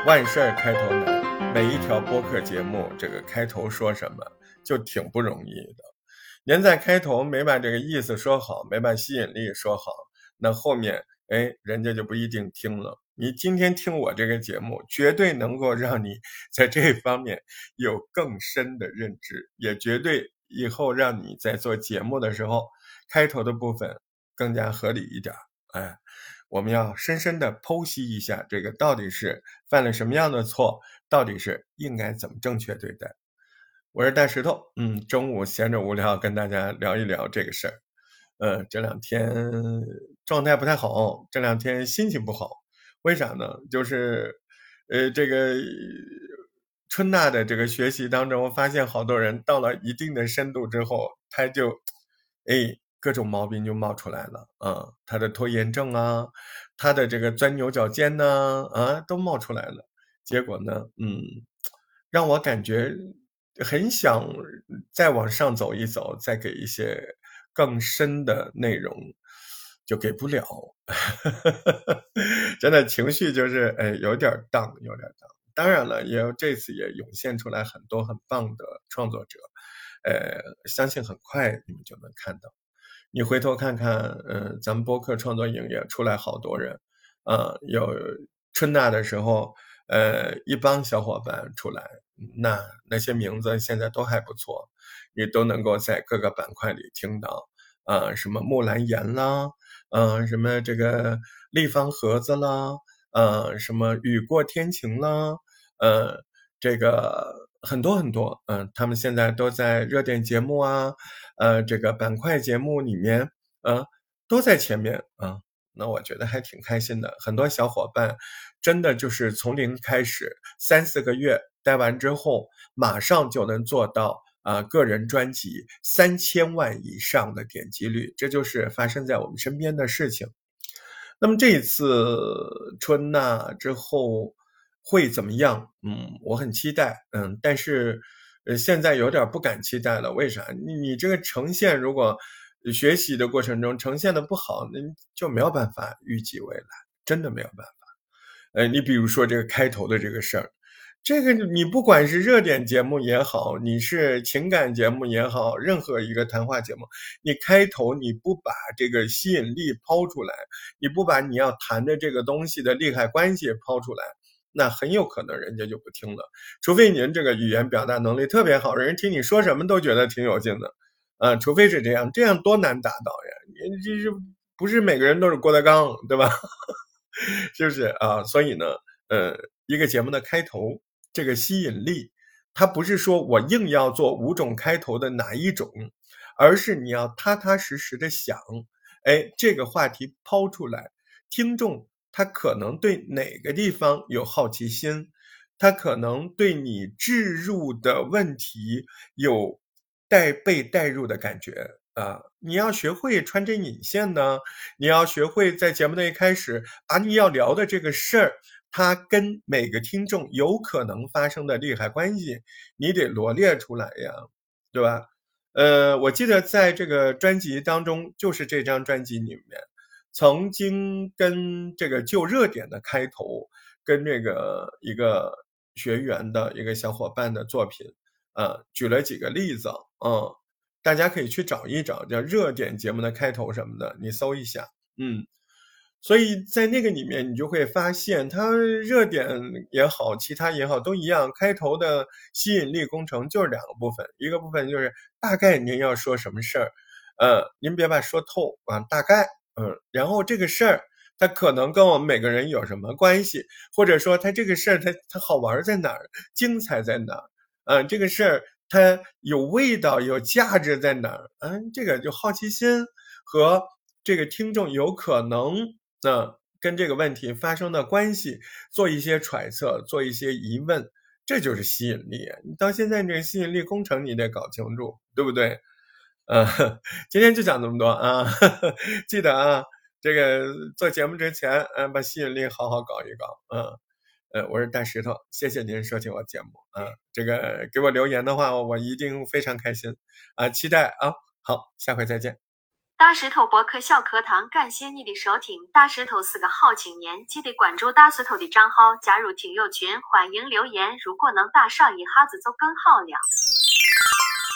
万事开头难，每一条播客节目这个开头说什么就挺不容易的。您在开头没把这个意思说好，没把吸引力说好，那后面人家就不一定听了。你今天听我这个节目，绝对能够让你在这方面有更深的认知，也绝对以后让你在做节目的时候，开头的部分更加合理一点。我们要深深地剖析一下这个到底是犯了什么样的错，到底是应该怎么正确对待。我是大石头，中午闲着无聊跟大家聊一聊这个事儿。这两天状态不太好，这两天心情不好。为啥呢？就是这个春娜的这个学习当中，发现好多人到了一定的深度之后，他就各种毛病就冒出来了他的拖延症啊，他的这个钻牛角尖呢都冒出来了。结果呢让我感觉很想再往上走一走，再给一些更深的内容，就给不了。真的情绪就是有点荡。当然了，这次也涌现出来很多很棒的创作者，相信很快你们就能看到。你回头看看，咱们播客创作营也出来好多人，有春娜的时候，一帮小伙伴出来，那些名字现在都还不错，也都能够在各个板块里听到，什么木兰岩啦，什么这个立方盒子啦，什么雨过天晴啦，这个很多很多，他们现在都在热点节目啊，这个板块节目里面，都在前面啊。那我觉得还挺开心的，很多小伙伴真的就是从零开始，3-4个月待完之后，马上就能做到个人专辑3000万以上的点击率，这就是发生在我们身边的事情。那么这一次春娜之后会怎么样？我很期待，但是现在有点不敢期待了。为啥？你这个呈现如果学习的过程中呈现的不好，那就没有办法预计未来，真的没有办法。你比如说这个开头的这个事儿，这个你不管是热点节目也好，你是情感节目也好，任何一个谈话节目，你开头你不把这个吸引力抛出来，你不把你要谈的这个东西的利害关系抛出来，那很有可能人家就不听了。除非您这个语言表达能力特别好，人听你说什么都觉得挺有劲的。除非是这样多难达到呀？你这是不是每个人都是郭德纲，对吧？是不是啊？所以呢，一个节目的开头，这个吸引力，它不是说我硬要做5种开头的哪一种，而是你要踏踏实实的想，这个话题抛出来，听众他可能对哪个地方有好奇心，他可能对你置入的问题有被带入的感觉你要学会穿针引线呢，你要学会在节目的一开始把你要聊的这个事儿，它跟每个听众有可能发生的利害关系，你得罗列出来呀，对吧？我记得在这个专辑当中，就是这张专辑里面，曾经跟这个就热点的开头，跟这个一个学员的一个小伙伴的作品，举了几个例子，大家可以去找一找，叫热点节目的开头什么的，你搜一下，所以在那个里面你就会发现，它热点也好，其他也好都一样，开头的吸引力工程就是2个部分，一个部分就是大概您要说什么事儿，您别把说透大概，然后这个事儿它可能跟我们每个人有什么关系，或者说它这个事儿它好玩在哪儿，精彩在哪儿，这个事儿它有味道有价值在哪儿，这个就好奇心和这个听众有可能跟这个问题发生的关系做一些揣测，做一些疑问，这就是吸引力。你到现在这个吸引力工程你得搞清楚，对不对？今天就讲这么多啊，记得这个做节目之前把吸引力好好搞一搞。我是大石头，谢谢您收听我节目这个给我留言的话，我一定非常开心期待好，下回再见。 大石头博客小课堂，感谢你的收听。大石头是个好青年，记得关注大石头的账号，加入听友群，欢迎留言。如果能打赏一下子就更好了。